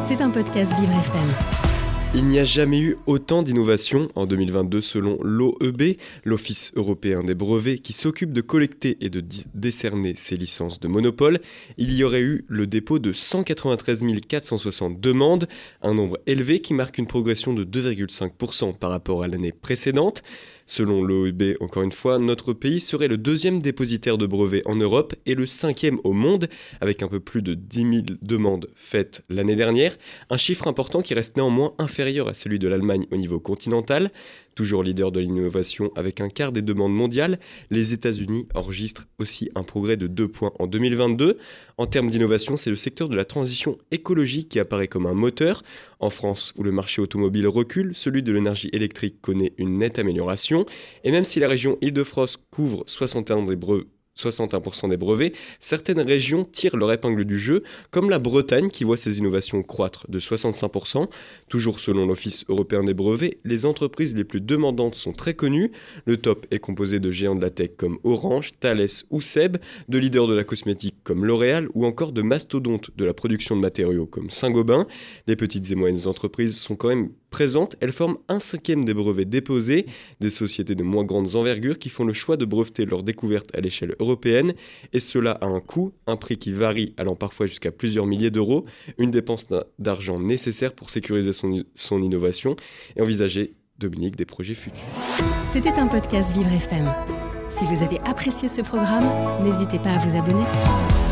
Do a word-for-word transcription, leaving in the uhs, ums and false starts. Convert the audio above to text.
C'est un podcast Vivre F M. Il n'y a jamais eu autant d'innovations en deux mille vingt-deux selon l'O E B, l'Office européen des brevets, qui s'occupe de collecter et de d- décerner ces licences de monopole. Il y aurait eu le dépôt de cent quatre-vingt-treize mille quatre cent soixante demandes, un nombre élevé qui marque une progression de deux virgule cinq pour cent par rapport à l'année précédente. Selon l'O E B, encore une fois, notre pays serait le deuxième dépositaire de brevets en Europe et le cinquième au monde, avec un peu plus de dix mille demandes faites l'année dernière, un chiffre important qui reste néanmoins inférieur à celui de l'Allemagne au niveau continental. Toujours leader de l'innovation avec un quart des demandes mondiales, les États-Unis enregistrent aussi un progrès de deux points en deux mille vingt-deux. En termes d'innovation, c'est le secteur de la transition écologique qui apparaît comme un moteur. En France, où le marché automobile recule, celui de l'énergie électrique connaît une nette amélioration. Et même si la région Île-de-France couvre soixante et un des brevets, soixante et un pour cent des brevets, certaines régions tirent leur épingle du jeu, comme la Bretagne qui voit ses innovations croître de soixante-cinq pour cent. Toujours selon l'Office européen des brevets, les entreprises les plus demandantes sont très connues. Le top est composé de géants de la tech comme Orange, Thales ou Seb, de leaders de la cosmétique comme L'Oréal ou encore de mastodontes de la production de matériaux comme Saint-Gobain. Les petites et moyennes entreprises sont quand même présentes, elles forment un cinquième des brevets déposés, des sociétés de moins grande envergure qui font le choix de breveter leurs découvertes à l'échelle européenne, et cela a un coût, un prix qui varie allant parfois jusqu'à plusieurs milliers d'euros, une dépense d'argent nécessaire pour sécuriser son, son innovation et envisager, Dominique, des projets futurs. C'était un podcast Vivre F M. Si vous avez apprécié ce programme, n'hésitez pas à vous abonner.